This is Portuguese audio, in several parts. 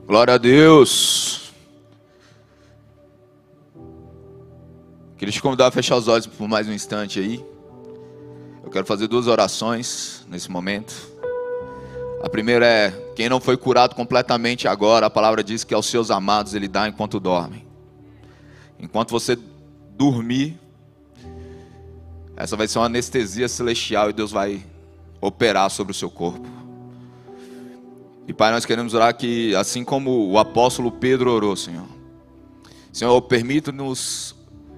Glória a Deus. Queria te convidar a fechar os olhos por mais um instante aí. Eu quero fazer duas orações nesse momento. A primeira é: quem não foi curado completamente agora, a palavra diz que aos seus amados Ele dá enquanto dormem. Enquanto você dormir, essa vai ser uma anestesia celestial e Deus vai operar sobre o seu corpo. E Pai, nós queremos orar que, assim como o apóstolo Pedro orou, Senhor, permita-nos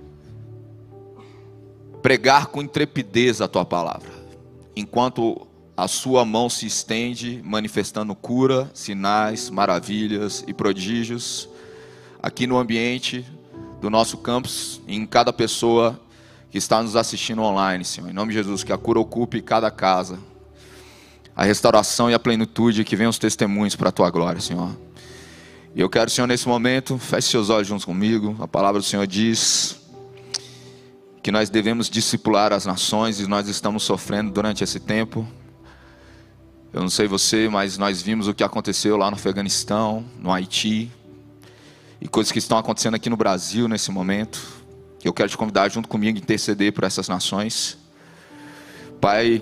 pregar com intrepidez a Tua palavra, enquanto a Sua mão se estende, manifestando cura, sinais, maravilhas e prodígios, aqui no ambiente do nosso campus, e em cada pessoa que está nos assistindo online, Senhor. Em nome de Jesus, que a cura ocupe cada casa, a restauração e a plenitude, que venham os testemunhos para a Tua glória, Senhor. E eu quero, Senhor, nesse momento, feche seus olhos juntos comigo. A palavra do Senhor diz que nós devemos discipular as nações, e nós estamos sofrendo durante esse tempo. Eu não sei você, mas nós vimos o que aconteceu lá no Afeganistão, no Haiti, e coisas que estão acontecendo aqui no Brasil nesse momento. Eu quero te convidar junto comigo a interceder por essas nações. Pai,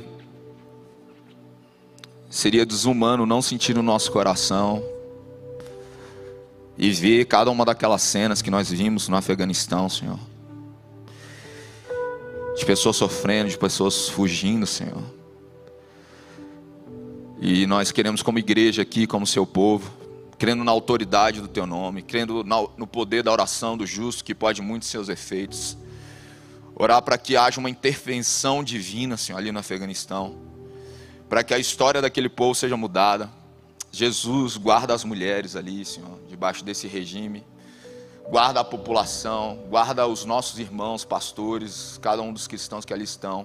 seria desumano não sentir no nosso coração e ver cada uma daquelas cenas que nós vimos no Afeganistão, Senhor, de pessoas sofrendo, de pessoas fugindo, Senhor. E nós queremos, como igreja aqui, como seu povo, crendo na autoridade do Teu nome, crendo no poder da oração do justo, que pode muitos seus efeitos, orar para que haja uma intervenção divina, Senhor, ali no Afeganistão, para que a história daquele povo seja mudada. Jesus, guarda as mulheres ali, Senhor, debaixo desse regime. Guarda a população, guarda os nossos irmãos, pastores, cada um dos cristãos que ali estão.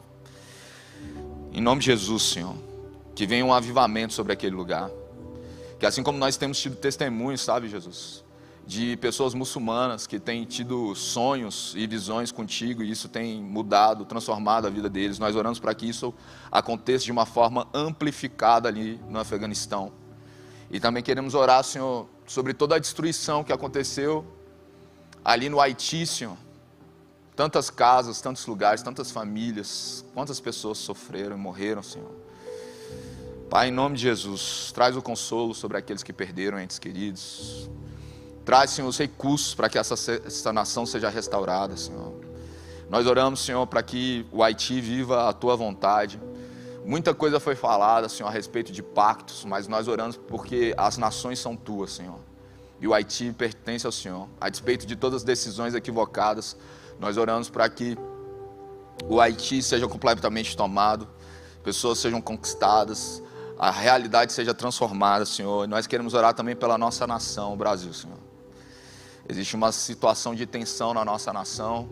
Em nome de Jesus, Senhor, que venha um avivamento sobre aquele lugar. Que assim como nós temos tido testemunhos, sabe, Jesus, de pessoas muçulmanas que têm tido sonhos e visões contigo, e isso tem mudado, transformado a vida deles. Nós oramos para que isso aconteça de uma forma amplificada ali no Afeganistão. E também queremos orar, Senhor, sobre toda a destruição que aconteceu ali no Haiti, Senhor. Tantas casas, tantos lugares, tantas famílias, quantas pessoas sofreram e morreram, Senhor. Pai, em nome de Jesus, traz o consolo sobre aqueles que perderam entes queridos. Traz, Senhor, os recursos para que essa nação seja restaurada, Senhor. Nós oramos, Senhor, para que o Haiti viva a Tua vontade. Muita coisa foi falada, Senhor, a respeito de pactos, mas nós oramos porque as nações são Tuas, Senhor. E o Haiti pertence ao Senhor. A despeito de todas as decisões equivocadas, nós oramos para que o Haiti seja completamente tomado, pessoas sejam conquistadas, a realidade seja transformada, Senhor. E nós queremos orar também pela nossa nação, o Brasil, Senhor. Existe uma situação de tensão na nossa nação,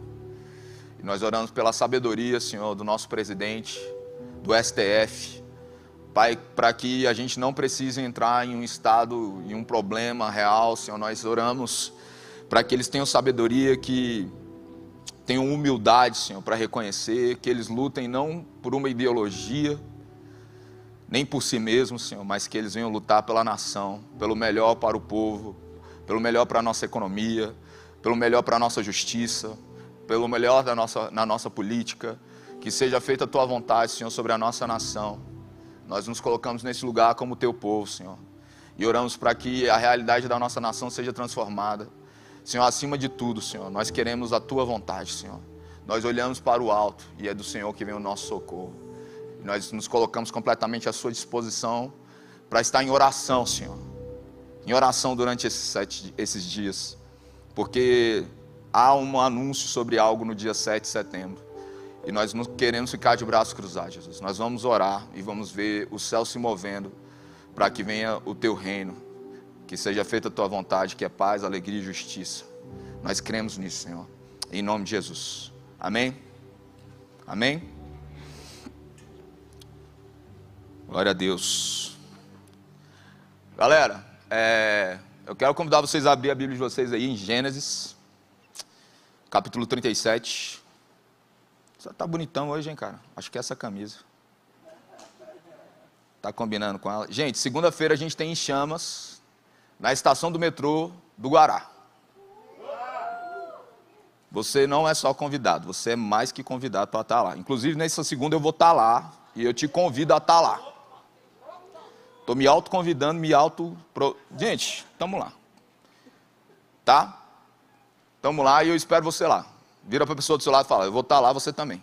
e nós oramos pela sabedoria, Senhor, do nosso presidente, do STF, Pai, para que a gente não precise entrar em um estado, em um problema real, Senhor. Nós oramos para que eles tenham sabedoria, que tenham humildade, Senhor, para reconhecer, que eles lutem não por uma ideologia, nem por si mesmos, Senhor, mas que eles venham lutar pela nação, pelo melhor para o povo, pelo melhor para a nossa economia, pelo melhor para a nossa justiça, pelo melhor na nossa política. Que seja feita a Tua vontade, Senhor, sobre a nossa nação. Nós nos colocamos nesse lugar como Teu povo, Senhor, e oramos para que a realidade da nossa nação seja transformada. Senhor, acima de tudo, Senhor, nós queremos a Tua vontade, Senhor. Nós olhamos para o alto e é do Senhor que vem o nosso socorro. E nós nos colocamos completamente à Sua disposição para estar em oração, Senhor. Em oração durante esses dias. Porque há um anúncio sobre algo no dia 7 de setembro. E nós não queremos ficar de braços cruzados, Jesus. Nós vamos orar e vamos ver o céu se movendo para que venha o Teu reino. Que seja feita a Tua vontade, que é paz, alegria e justiça. Nós cremos nisso, Senhor. Em nome de Jesus. Amém? Amém? Glória a Deus. Galera, eu quero convidar vocês a abrir a Bíblia de vocês aí em Gênesis, capítulo 37. Você tá bonitão hoje, hein, cara? Acho que é essa camisa. Tá combinando com ela. Gente, segunda-feira a gente tem Em Chamas, na estação do metrô do Guará. Você não é só convidado, você é mais que convidado para estar lá. Inclusive, nessa segunda eu vou estar lá e eu te convido a estar lá. Estou me autoconvidando, Gente, estamos lá. Tá? Estamos lá e eu espero você lá. Vira para a pessoa do seu lado e fala, eu vou estar lá, você também.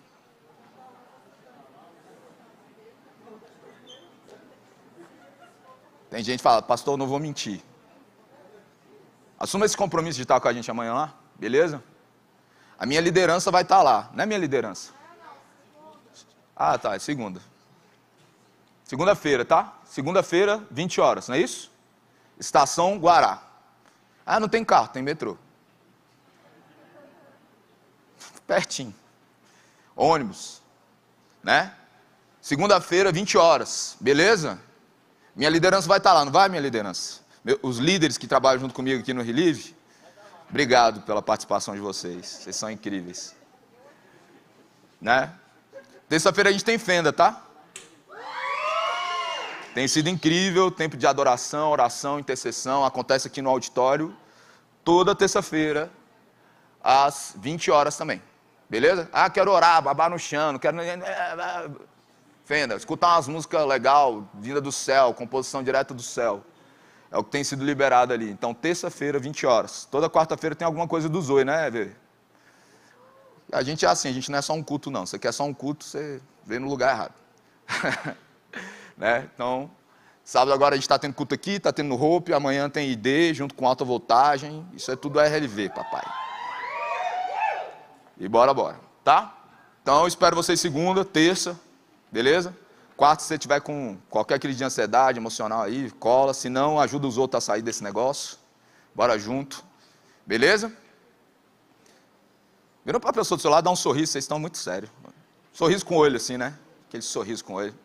Tem gente que fala, pastor, eu não vou mentir. Assuma esse compromisso de estar com a gente amanhã lá, beleza? A minha liderança vai estar lá, não é minha liderança? Ah, tá, é segunda. Segunda-feira, tá? Segunda-feira, 20 horas, não é isso? Estação Guará. Ah, não tem carro, tem metrô. Pertinho. Ônibus, né? Segunda-feira, 20 horas, beleza? Minha liderança vai estar lá, não vai, minha liderança? Os líderes que trabalham junto comigo aqui no Relive, obrigado pela participação de vocês. Vocês são incríveis. Né? Terça-feira a gente tem fenda, tá? Tem sido incrível, tempo de adoração, oração, intercessão. Acontece aqui no auditório, toda terça-feira, às 20 horas também. Beleza? Ah, quero orar, babar no chão, quero... Fenda, escutar umas músicas legais, vinda do céu, composição direta do céu. É o que tem sido liberado ali. Então, terça-feira, 20 horas. Toda quarta-feira tem alguma coisa do Zoe, né, Vê? A gente é assim, a gente não é só um culto, não. Você quer só um culto, você vê no lugar errado. Né? Então, sábado agora a gente está tendo culto aqui, está tendo no Hope, amanhã tem ID, junto com alta voltagem. Isso é tudo RLV, papai. E bora, tá? Então, eu espero vocês segunda, terça, beleza? Quarta, se você tiver com qualquer crise de ansiedade emocional aí, cola. Se não, ajuda os outros a sair desse negócio. Bora junto. Beleza? Viram para a pessoa do seu lado, dá um sorriso, vocês estão muito sérios. Sorriso com o olho assim, né? Aquele sorriso com o olho.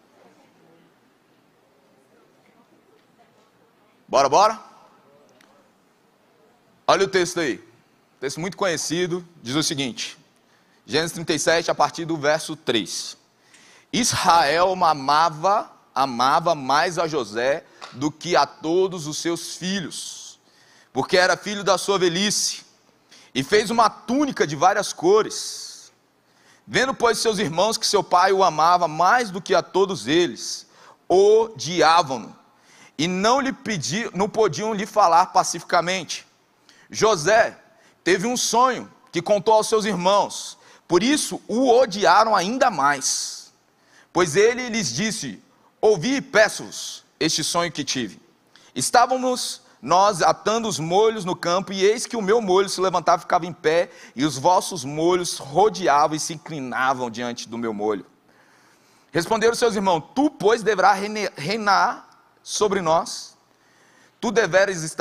Bora? Olha o texto aí. Texto muito conhecido, diz o seguinte. Gênesis 37, a partir do verso 3. Israel amava mais a José do que a todos os seus filhos, porque era filho da sua velhice, e fez uma túnica de várias cores. Vendo, pois, seus irmãos que seu pai o amava mais do que a todos eles, odiavam-no, e não podiam lhe falar pacificamente. José teve um sonho que contou aos seus irmãos, por isso o odiaram ainda mais. Pois ele lhes disse, ouvi e peço-vos este sonho que tive. Estávamos nós atando os molhos no campo, e eis que o meu molho se levantava e ficava em pé, e os vossos molhos rodeavam e se inclinavam diante do meu molho. Responderam seus irmãos, tu, pois, deverás reinar sobre nós, tu deveras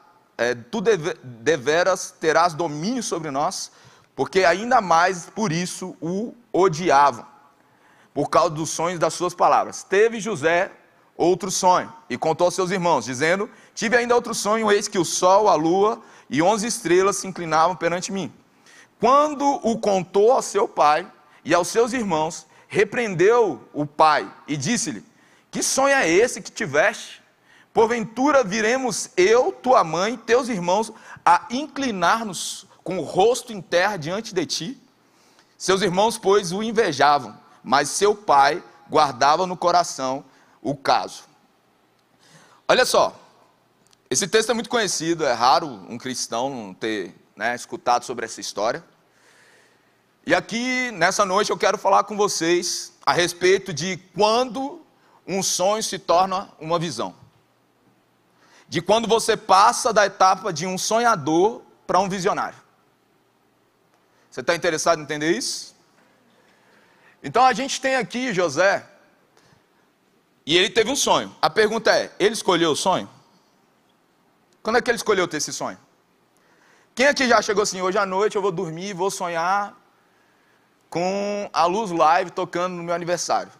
terás domínio sobre nós, porque ainda mais por isso o odiavam, por causa dos sonhos das suas palavras. Teve José outro sonho, e contou aos seus irmãos, dizendo, tive ainda outro sonho, eis que o sol, a lua e 11 estrelas se inclinavam perante mim. Quando o contou ao seu pai e aos seus irmãos, repreendeu o pai e disse-lhe, que sonho é esse que tiveste? Porventura viremos eu, tua mãe, teus irmãos, a inclinar-nos com o rosto em terra diante de ti? Seus irmãos, pois, o invejavam, mas seu pai guardava no coração o caso. Olha só, esse texto é muito conhecido, é raro um cristão não ter escutado sobre essa história. E aqui, nessa noite, eu quero falar com vocês a respeito de quando um sonho se torna uma visão. De quando você passa da etapa de um sonhador para um visionário. Você está interessado em entender isso? Então a gente tem aqui José, e ele teve um sonho. A pergunta é, ele escolheu o sonho? Quando é que ele escolheu ter esse sonho? Quem aqui já chegou assim, hoje à noite eu vou dormir e vou sonhar com a Luz Live tocando no meu aniversário?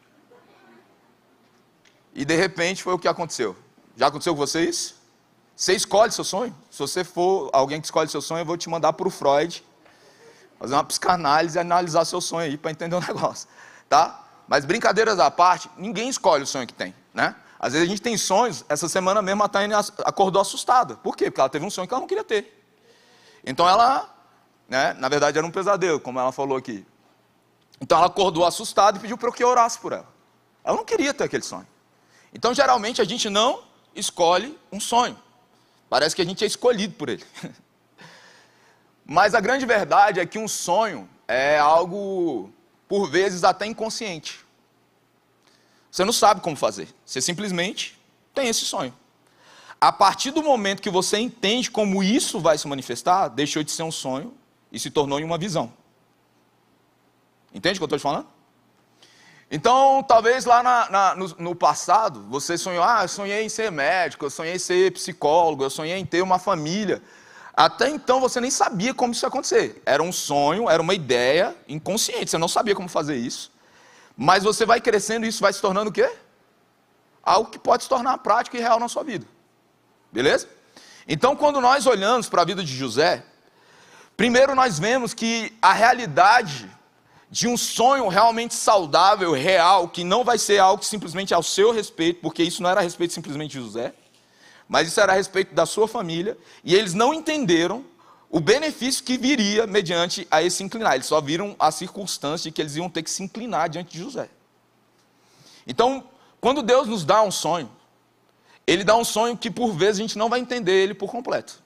E de repente foi o que aconteceu. Já aconteceu com vocês? Você escolhe seu sonho? Se você for alguém que escolhe seu sonho, eu vou te mandar para o Freud, fazer uma psicanálise e analisar seu sonho aí para entender o negócio, tá? Mas brincadeiras à parte, ninguém escolhe o sonho que tem, né? Às vezes a gente tem sonhos. Essa semana mesmo a Taine acordou assustada. Por quê? Porque ela teve um sonho que ela não queria ter. Então ela, né, na verdade era um pesadelo, como ela falou aqui. Então ela acordou assustada e pediu para eu que eu orasse por ela. Ela não queria ter aquele sonho. Então geralmente a gente não escolhe um sonho. Parece que a gente é escolhido por ele. Mas a grande verdade é que um sonho é algo, por vezes, até inconsciente. Você não sabe como fazer. Você simplesmente tem esse sonho. A partir do momento que você entende como isso vai se manifestar, deixou de ser um sonho e se tornou em uma visão. Entende o que eu estou te falando? Então, talvez lá no passado, você sonhou, eu sonhei em ser médico, eu sonhei em ser psicólogo, eu sonhei em ter uma família. Até então você nem sabia como isso ia acontecer. Era um sonho, era uma ideia inconsciente, você não sabia como fazer isso. Mas você vai crescendo e isso vai se tornando o quê? Algo que pode se tornar prático e real na sua vida. Beleza? Então, quando nós olhamos para a vida de José, primeiro nós vemos que a realidade de um sonho realmente saudável, real, que não vai ser algo que simplesmente é ao seu respeito, porque isso não era a respeito simplesmente de José, mas isso era a respeito da sua família, e eles não entenderam o benefício que viria mediante a esse inclinar. Eles só viram a circunstância de que eles iam ter que se inclinar diante de José. Então, quando Deus nos dá um sonho, Ele dá um sonho que por vezes a gente não vai entender ele por completo.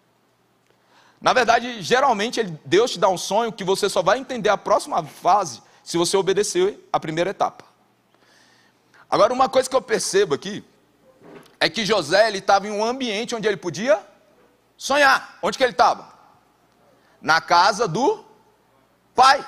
Na verdade, geralmente Deus te dá um sonho que você só vai entender a próxima fase se você obedecer a primeira etapa. Agora, uma coisa que eu percebo aqui é que José estava em um ambiente onde ele podia sonhar. Onde que ele estava? Na casa do pai.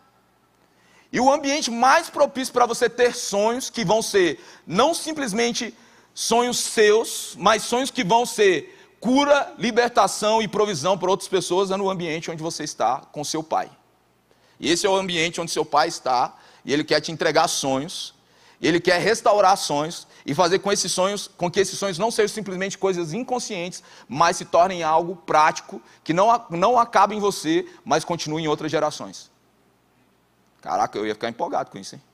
E o ambiente mais propício para você ter sonhos que vão ser não simplesmente sonhos seus, mas sonhos que vão ser cura, libertação e provisão para outras pessoas é no ambiente onde você está com seu pai. E esse é o ambiente onde seu pai está, e ele quer te entregar sonhos, e ele quer restaurar sonhos, e fazer com que esses sonhos não sejam simplesmente coisas inconscientes, mas se tornem algo prático, que não acabe em você, mas continue em outras gerações. Caraca, eu ia ficar empolgado com isso, hein?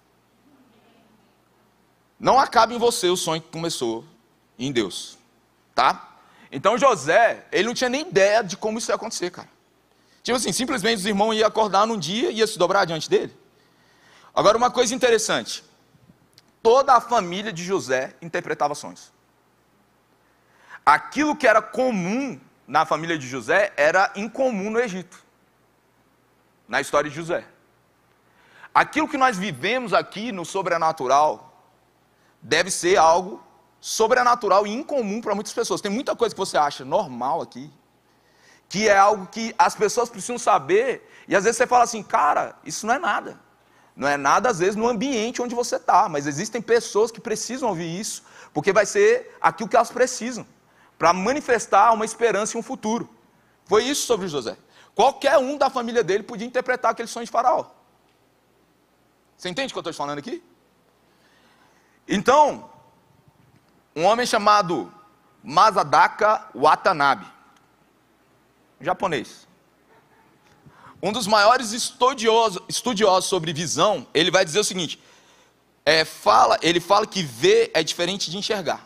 Não acabe em você o sonho que começou em Deus, tá? Então José, ele não tinha nem ideia de como isso ia acontecer, cara. Tipo assim, simplesmente os irmãos iam acordar num dia e iam se dobrar diante dele. Agora, uma coisa interessante. Toda a família de José interpretava sonhos. Aquilo que era comum na família de José era incomum no Egito. Na história de José. Aquilo que nós vivemos aqui no sobrenatural deve ser algo sobrenatural e incomum para muitas pessoas. Tem muita coisa que você acha normal aqui, que é algo que as pessoas precisam saber, e às vezes você fala assim, cara, isso não é nada. Não é nada, às vezes, no ambiente onde você está, mas existem pessoas que precisam ouvir isso, porque vai ser aquilo que elas precisam, para manifestar uma esperança e um futuro. Foi isso sobre José. Qualquer um da família dele podia interpretar aquele sonho de Faraó. Você entende o que eu estou te falando aqui? Então, um homem chamado Masadaca Watanabe, japonês, um dos maiores estudiosos sobre visão, ele vai dizer o seguinte, ele fala que ver é diferente de enxergar.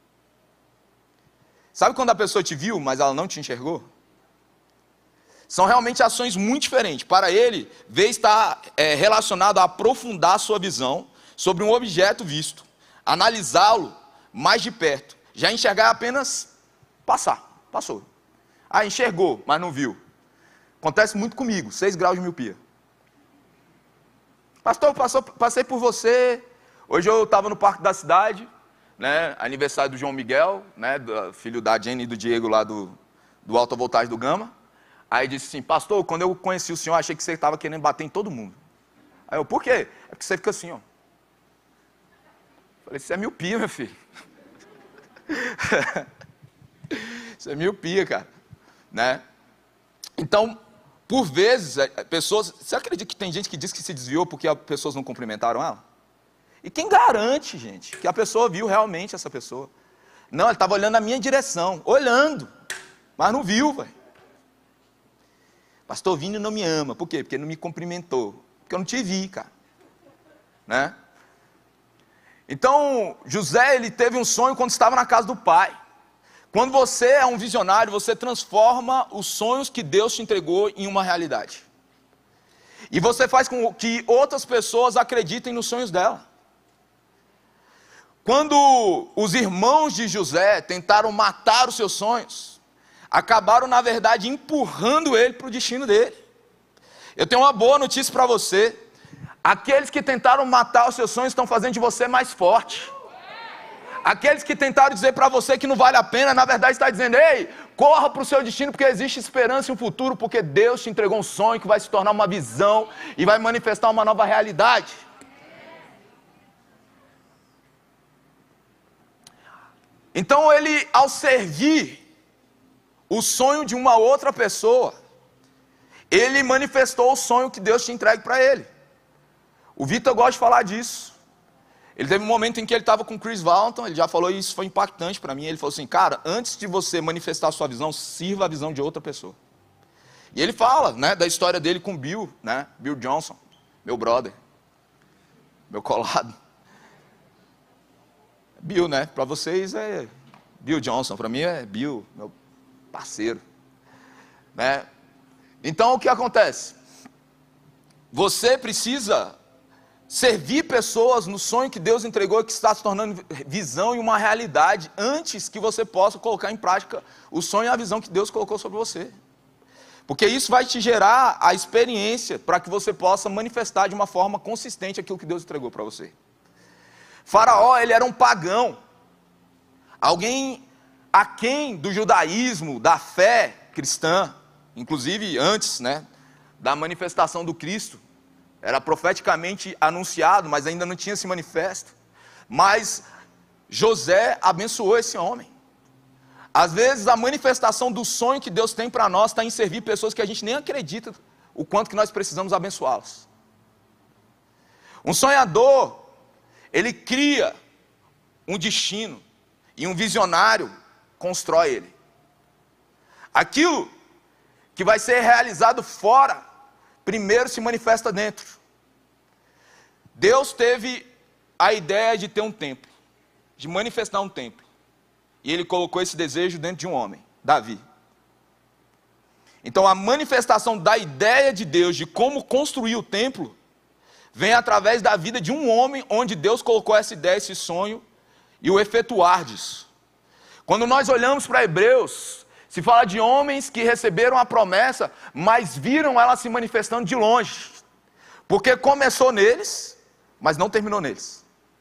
Sabe quando a pessoa te viu, mas ela não te enxergou? São realmente ações muito diferentes. Para ele, ver está relacionado a aprofundar a sua visão sobre um objeto visto, analisá-lo mais de perto. Já enxergar é apenas passou. Enxergou, mas não viu. Acontece muito comigo, 6 graus de miopia. Pastor, passei por você. Hoje eu estava no Parque da Cidade, né, aniversário do João Miguel, né, filho da Jenny e do Diego lá do Alta Voltagem do Gama. Aí disse assim, pastor, quando eu conheci o senhor, achei que você estava querendo bater em todo mundo. Aí eu, por quê? É porque você fica assim, ó. Falei, isso é miopia, meu filho. Isso é miopia, cara. Né? Então, por vezes, pessoas... Você acredita que tem gente que diz que se desviou porque as pessoas não cumprimentaram ela? E quem garante, gente, que a pessoa viu realmente essa pessoa? Não, ele estava olhando na minha direção, olhando, mas não viu, velho. Pastor Vini não me ama. Por quê? Porque ele não me cumprimentou. Porque eu não te vi, cara. Né? Então, José, ele teve um sonho quando estava na casa do pai. Quando você é um visionário, você transforma os sonhos que Deus te entregou em uma realidade. E você faz com que outras pessoas acreditem nos sonhos dela. Quando os irmãos de José tentaram matar os seus sonhos, acabaram, na verdade, empurrando ele para o destino dele. Eu tenho uma boa notícia para você. Aqueles que tentaram matar os seus sonhos estão fazendo de você mais forte. Aqueles que tentaram dizer para você que não vale a pena, na verdade está dizendo: ei, corra para o seu destino, porque existe esperança e um futuro, porque Deus te entregou um sonho que vai se tornar uma visão e vai manifestar uma nova realidade. Então ele, ao servir o sonho de uma outra pessoa, ele manifestou o sonho que Deus tinha entregue para ele. O Vitor gosta de falar disso. Ele teve um momento em que ele estava com Chris Walton, ele já falou, e isso foi impactante para mim. Ele falou assim: cara, antes de você manifestar a sua visão, sirva a visão de outra pessoa. E ele fala, né, da história dele com Bill, né, Bill Johnson, meu brother, meu colado. Bill, né, para vocês é Bill Johnson, para mim é Bill, meu parceiro, né? Então o que acontece? Você precisa servir pessoas no sonho que Deus entregou, que está se tornando visão e uma realidade, antes que você possa colocar em prática o sonho e a visão que Deus colocou sobre você. Porque isso vai te gerar a experiência para que você possa manifestar de uma forma consistente aquilo que Deus entregou para você. Faraó, ele era um pagão, alguém aquém do judaísmo, da fé cristã, inclusive antes, né, da manifestação do Cristo. Era profeticamente anunciado, mas ainda não tinha esse manifesto. Mas José abençoou esse homem. Às vezes a manifestação do sonho que Deus tem para nós está em servir pessoas que a gente nem acredita o quanto que nós precisamos abençoá-las. Um sonhador, ele cria um destino, e um visionário constrói ele. Aquilo que vai ser realizado fora, primeiro se manifesta dentro. Deus teve a ideia de ter um templo, de manifestar um templo. E ele colocou esse desejo dentro de um homem, Davi. Então a manifestação da ideia de Deus de como construir o templo vem através da vida de um homem, onde Deus colocou essa ideia, esse sonho e o efetuar disso. Quando nós olhamos para Hebreus, se fala de homens que receberam a promessa, mas viram ela se manifestando de longe. Porque começou neles, mas não terminou neles.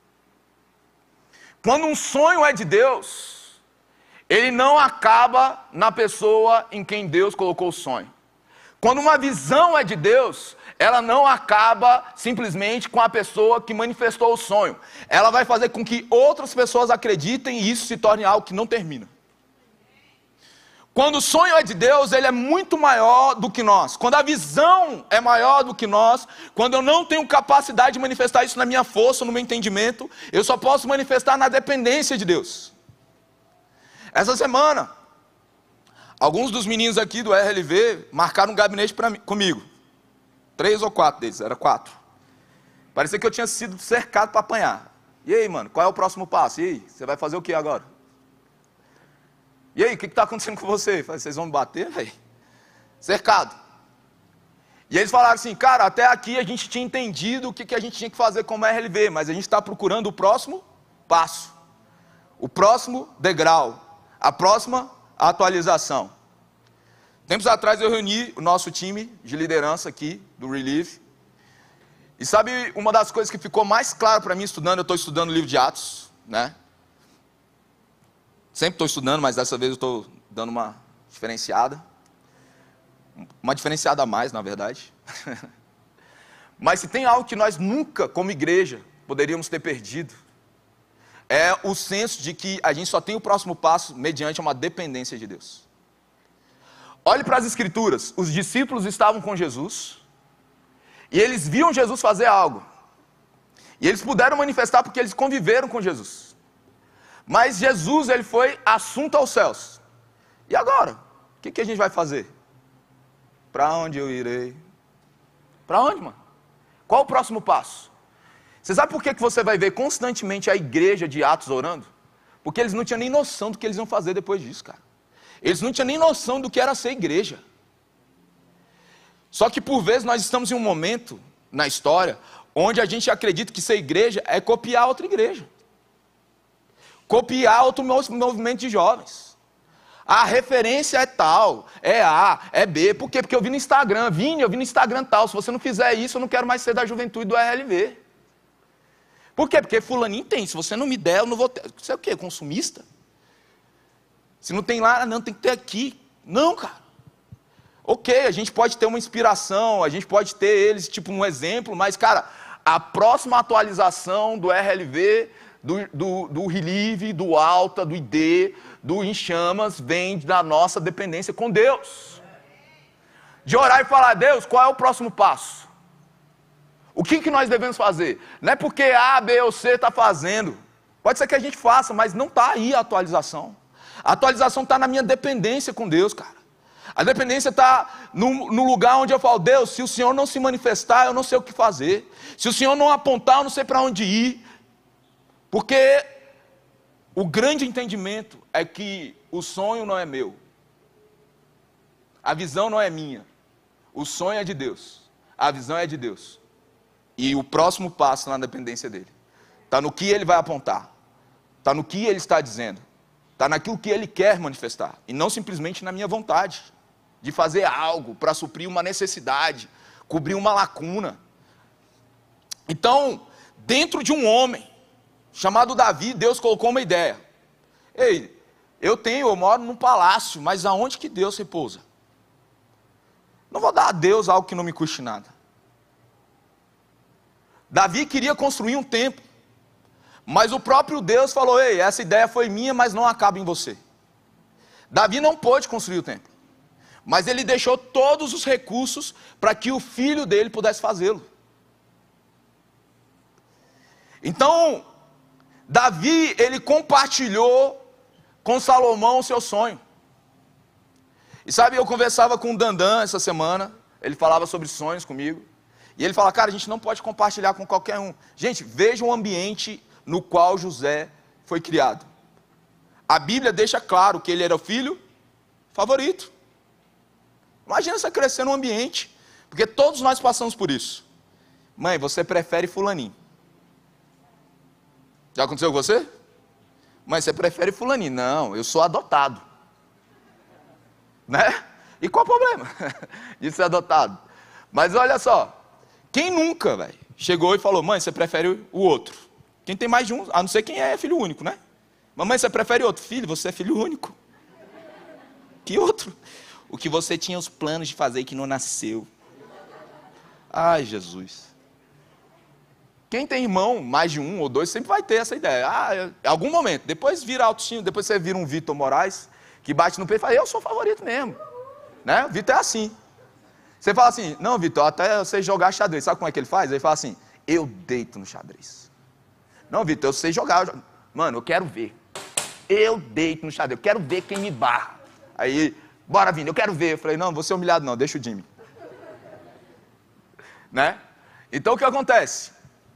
Quando um sonho é de Deus, ele não acaba na pessoa em quem Deus colocou o sonho. Quando uma visão é de Deus, ela não acaba simplesmente com a pessoa que manifestou o sonho. Ela vai fazer com que outras pessoas acreditem e isso se torne algo que não termina. Quando o sonho é de Deus, ele é muito maior do que nós. Quando a visão é maior do que nós, quando eu não tenho capacidade de manifestar isso na minha força, no meu entendimento, eu só posso manifestar na dependência de Deus. Essa semana, alguns dos meninos aqui do RLV marcaram um gabinete comigo. 3 ou 4 deles, era 4. Parecia que eu tinha sido cercado para apanhar. E aí, mano, qual é o próximo passo? E aí, você vai fazer o que agora? E aí, o que está acontecendo com você? Eu falei: vocês vão me bater, velho? Cercado. E eles falaram assim: cara, até aqui a gente tinha entendido o que a gente tinha que fazer como RLV, mas a gente está procurando o próximo passo, o próximo degrau, a próxima atualização. Tempos atrás eu reuni o nosso time de liderança aqui, do Relief. E sabe uma das coisas que ficou mais claro para mim estudando? Eu estou estudando o livro de Atos, né? Sempre estou estudando, mas dessa vez eu estou dando uma diferenciada. Uma diferenciada a mais, na verdade. Mas se tem algo que nós nunca, como igreja, poderíamos ter perdido, é o senso de que a gente só tem o próximo passo mediante uma dependência de Deus. Olhe para as Escrituras. Os discípulos estavam com Jesus e eles viam Jesus fazer algo. E eles puderam manifestar porque eles conviveram com Jesus. Mas Jesus, ele foi assunto aos céus. E agora? O que a gente vai fazer? Para onde eu irei? Para onde, mano? Qual o próximo passo? Você sabe por que você vai ver constantemente a igreja de Atos orando? Porque eles não tinham nem noção do que eles iam fazer depois disso, cara. Eles não tinham nem noção do que era ser igreja. Só que por vezes nós estamos em um momento na história onde a gente acredita que ser igreja é copiar outra igreja. Copiar outro movimento de jovens. A referência é tal, é A, é B. Por quê? Porque eu vi no Instagram, eu vi no Instagram tal. Se você não fizer isso, eu não quero mais ser da juventude do RLV. Por quê? Porque fulaninho tem. Se você não me der, eu não vou ter. Você é o quê? Consumista? Se não tem lá, não, tem que ter aqui. Não, cara. Ok, a gente pode ter uma inspiração, a gente pode ter eles, tipo, um exemplo, mas, cara, a próxima atualização do RLV, do Relive, do Alta, do ID, do Em Chamas, vem da nossa dependência com Deus. De orar e falar, Deus, qual é o próximo passo? O que nós devemos fazer? Não é porque A, B ou C está fazendo. Pode ser que a gente faça, mas não está aí a atualização. A atualização está na minha dependência com Deus, cara. A dependência está no lugar onde eu falo, Deus, se o Senhor não se manifestar, eu não sei o que fazer. Se o Senhor não apontar, eu não sei para onde ir. Porque o grande entendimento é que o sonho não é meu. A visão não é minha. O sonho é de Deus. A visão é de Deus. E o próximo passo na dependência dele está no que ele vai apontar. Está no que ele está dizendo. Está naquilo que ele quer manifestar. E não simplesmente na minha vontade de fazer algo para suprir uma necessidade, cobrir uma lacuna. Então, dentro de um homem chamado Davi, Deus colocou uma ideia. Ei, eu moro num palácio, mas aonde que Deus repousa? Não vou dar a Deus algo que não me custe nada. Davi queria construir um templo, mas o próprio Deus falou, ei, essa ideia foi minha, mas não acaba em você. Davi não pôde construir o templo, mas ele deixou todos os recursos para que o filho dele pudesse fazê-lo. Então, Davi, ele compartilhou com Salomão o seu sonho. E sabe, eu conversava com o Dandan essa semana, ele falava sobre sonhos comigo, e ele fala, cara, a gente não pode compartilhar com qualquer um. Gente, veja o ambiente no qual José foi criado. A Bíblia deixa claro que ele era o filho favorito. Imagina você crescer num ambiente, porque todos nós passamos por isso. Mãe, você prefere fulaninho. Já aconteceu com você? Mãe, você prefere fulaninho. Não, eu sou adotado. Né? E qual o problema de ser adotado? Mas olha só, quem nunca, velho, chegou e falou, mãe, você prefere o outro? Quem tem mais de um, a não ser quem é filho único, né? Mamãe, você prefere outro? Filho, você é filho único. Que outro? O que você tinha os planos de fazer e que não nasceu. Ai, Jesus. Quem tem irmão, mais de um ou dois, sempre vai ter essa ideia. Em algum momento. Depois vira autoestima, depois você vira um Vitor Moraes, que bate no peito e fala, eu sou o favorito mesmo. Né? O Vitor é assim. Você fala assim, não, Vitor, até você jogar xadrez. Sabe como é que ele faz? Ele fala assim, eu deito no xadrez. Não, Vitor, eu sei jogar. Mano, eu quero ver. Eu deito no xadrez, eu quero ver quem me barra. Aí, bora, Vini, eu quero ver. Eu falei, não, vou ser humilhado não, deixa o Jimmy. Né? Então, o que acontece?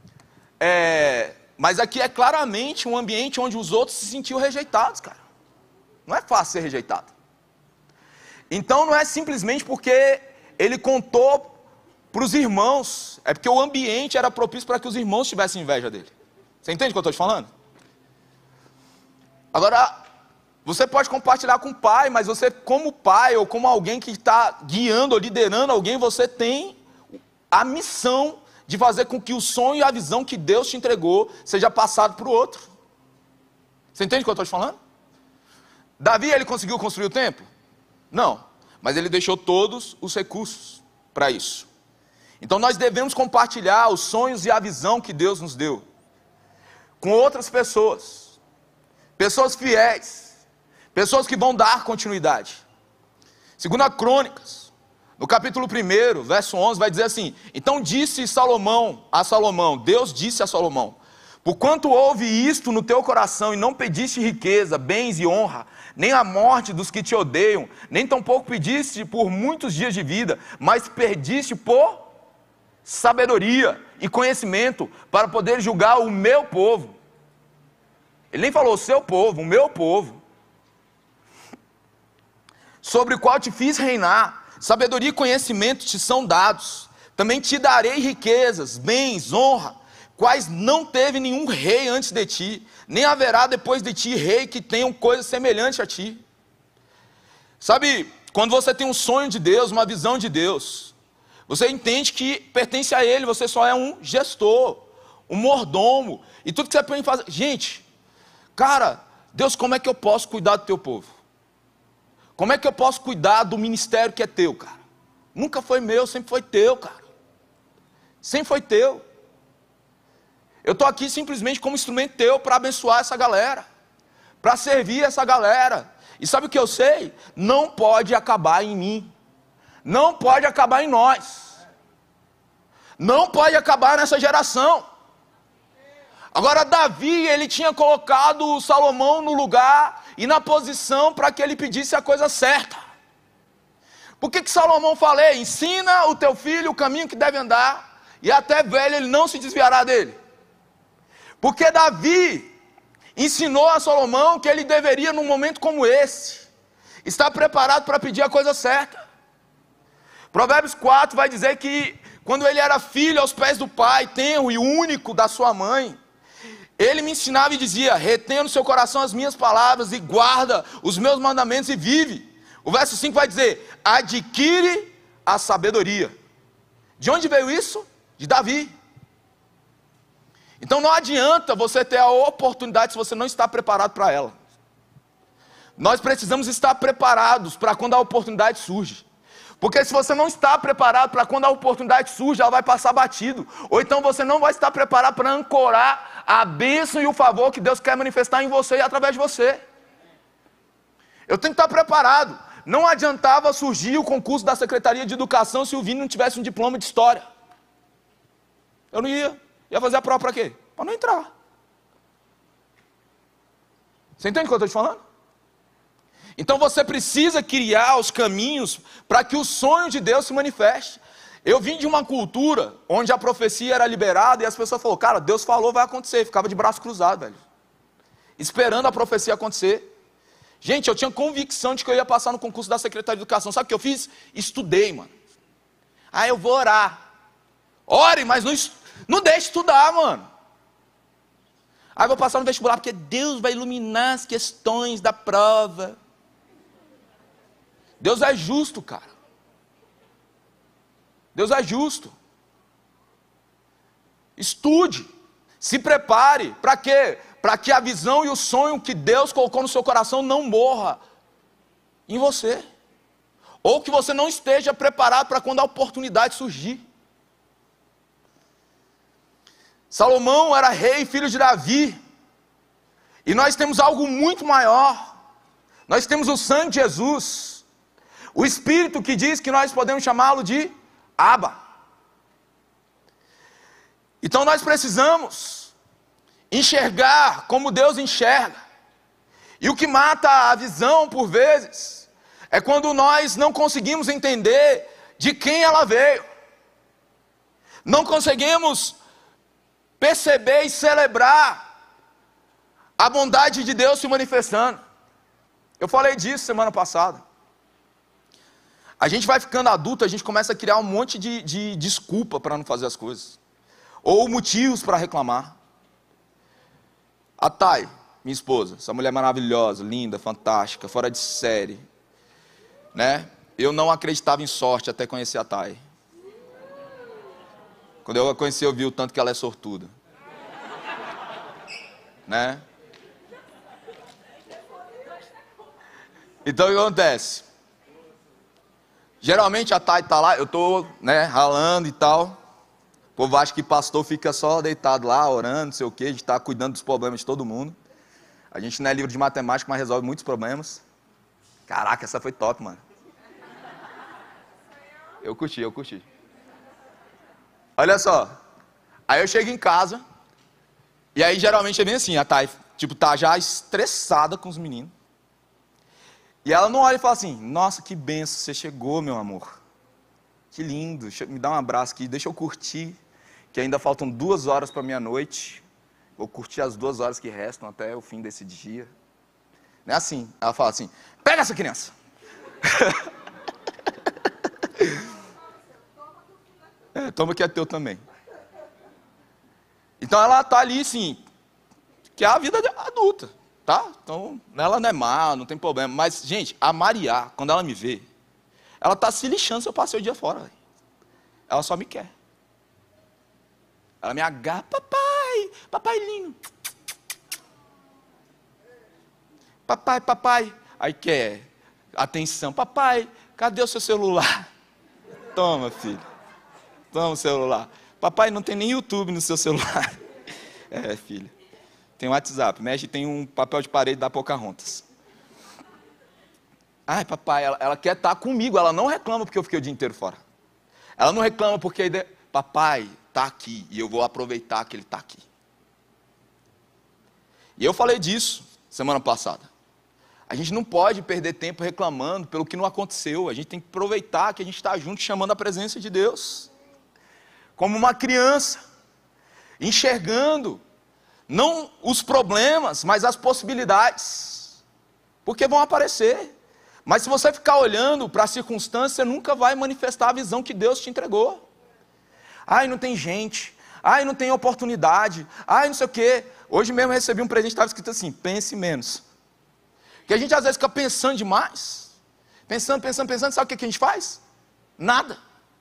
Mas aqui é claramente um ambiente onde os outros se sentiam rejeitados, cara. Não é fácil ser rejeitado. Então, não é simplesmente porque ele contou para os irmãos, é porque o ambiente era propício para que os irmãos tivessem inveja dele. Você entende o que eu estou te falando? Agora, você pode compartilhar com o pai, mas você, como pai, ou como alguém que está guiando ou liderando alguém, você tem a missão de fazer com que o sonho e a visão que Deus te entregou seja passado para o outro. Você entende o que eu estou te falando? Davi, ele conseguiu construir o templo? Não, mas ele deixou todos os recursos para isso. Então nós devemos compartilhar os sonhos e a visão que Deus nos deu com outras pessoas, pessoas fiéis, pessoas que vão dar continuidade. 2 Crônicas, no capítulo 1, verso 11, vai dizer assim, então disse Salomão a Salomão, Deus disse a Salomão, porquanto houve isto no teu coração e não pediste riqueza, bens e honra, nem a morte dos que te odeiam, nem tampouco pediste por muitos dias de vida, mas pediste por sabedoria e conhecimento para poder julgar o meu povo. Ele nem falou o seu povo, o meu povo, sobre o qual te fiz reinar. Sabedoria e conhecimento te são dados. Também te darei riquezas, bens, honra, quais não teve nenhum rei antes de ti, nem haverá depois de ti rei que tenha coisa semelhante a ti. Sabe, quando você tem um sonho de Deus, uma visão de Deus, você entende que pertence a Ele, você só é um gestor, um mordomo, e tudo que você pode fazer. Gente, cara, Deus, como é que eu posso cuidar do teu povo? Como é que eu posso cuidar do ministério que é teu, cara? Nunca foi meu, sempre foi teu, cara. Sempre foi teu. Eu estou aqui simplesmente como instrumento teu para abençoar essa galera, para servir essa galera. E sabe o que eu sei? Não pode acabar em mim. Não pode acabar em nós. Não pode acabar nessa geração. Agora Davi, ele tinha colocado Salomão no lugar e na posição para que ele pedisse a coisa certa. Por que Salomão falou? Ensina o teu filho o caminho que deve andar, e até velho ele não se desviará dele. Porque Davi ensinou a Salomão que ele deveria, num momento como esse, estar preparado para pedir a coisa certa. Provérbios 4 vai dizer que quando ele era filho aos pés do pai, tenro e único da sua mãe, ele me ensinava e dizia: retém no seu coração as minhas palavras e guarda os meus mandamentos e vive. O verso 5 vai dizer: adquire a sabedoria. De onde veio isso? De Davi. Então não adianta você ter a oportunidade se você não está preparado para ela. Nós precisamos estar preparados para quando a oportunidade surge. Porque se você não está preparado para quando a oportunidade surge, ela vai passar batido. Ou então você não vai estar preparado para ancorar a bênção e o favor que Deus quer manifestar em você e através de você. Eu tenho que estar preparado. Não adiantava surgir o concurso da Secretaria de Educação se o Vini não tivesse um diploma de História. Eu não ia. Ia fazer a prova para quê? Para não entrar. Você entende o que eu estou te falando? Então você precisa criar os caminhos para que o sonho de Deus se manifeste. Eu vim de uma cultura onde a profecia era liberada e as pessoas falaram: cara, Deus falou, vai acontecer. Ficava de braço cruzado, velho, esperando a profecia acontecer. Gente, eu tinha convicção de que eu ia passar no concurso da Secretaria de Educação. Sabe o que eu fiz? Estudei, mano. Ah, eu vou orar. Ore, mas não deixe estudar, mano. Aí eu vou passar no vestibular porque Deus vai iluminar as questões da prova. Deus é justo, cara. Deus é justo. Estude. Se prepare. Para quê? Para que a visão e o sonho que Deus colocou no seu coração não morra em você. Ou que você não esteja preparado para quando a oportunidade surgir. Salomão era rei, filho de Davi. E nós temos algo muito maior. Nós temos o sangue de Jesus. O Espírito que diz que nós podemos chamá-lo de Abba. Então nós precisamos enxergar como Deus enxerga. E o que mata a visão por vezes é quando nós não conseguimos entender de quem ela veio. Não conseguimos perceber e celebrar a bondade de Deus se manifestando. Eu falei disso semana passada. A gente vai ficando adulto, a gente começa a criar um monte de desculpa para não fazer as coisas. Ou motivos para reclamar. A Thay, minha esposa, essa mulher maravilhosa, linda, fantástica, fora de série, né? Eu não acreditava em sorte até conhecer a Thay. Quando eu a conheci, eu vi o tanto que ela é sortuda, né? Então o que acontece? Geralmente a Thay está lá, eu estou, né, ralando e tal. O povo acha que pastor fica só deitado lá, orando, não sei o quê. A gente está cuidando dos problemas de todo mundo. A gente não é livro de matemática, mas resolve muitos problemas. Caraca, essa foi top, mano. Eu curti. Olha só. Aí eu chego em casa. E aí geralmente é bem assim, a Thay, tipo, tá já estressada com os meninos. E ela não olha e fala assim: nossa, que benção, você chegou, meu amor. Que lindo, me dá um abraço aqui, deixa eu curtir, que ainda faltam 2 horas para meia-noite. Vou curtir as 2 horas que restam até o fim desse dia. Não é assim, ela fala assim, pega essa criança. Toma que é teu também. Então ela está ali, sim, que é a vida adulta, tá? Então ela não é má, não tem problema. Mas, gente, a Maria, quando ela me vê, ela está se lixando se eu passei o dia fora. Véio. Ela só me quer. Ela me agarra, papai lindo. Papai. Aí quer atenção. Papai, cadê o seu celular? Toma, filho. Toma o celular. Papai, não tem nem YouTube no seu celular. Filho. Tem um WhatsApp, mexe, tem um papel de parede da Pocahontas. Ai, papai, ela quer estar comigo, ela não reclama porque eu fiquei o dia inteiro fora. Ela não reclama porque, papai está aqui e eu vou aproveitar que ele está aqui. E eu falei disso semana passada. A gente não pode perder tempo reclamando pelo que não aconteceu. A gente tem que aproveitar que a gente está junto chamando a presença de Deus. Como uma criança, enxergando não os problemas, mas as possibilidades. Porque vão aparecer. Mas se você ficar olhando para a circunstância, você nunca vai manifestar a visão que Deus te entregou. Ai, não tem gente. Ai, não tem oportunidade. Ai, não sei o quê. Hoje mesmo eu recebi um presente, estava escrito assim, pense menos. Porque a gente às vezes fica pensando demais. Pensando, sabe o que a gente faz? Nada.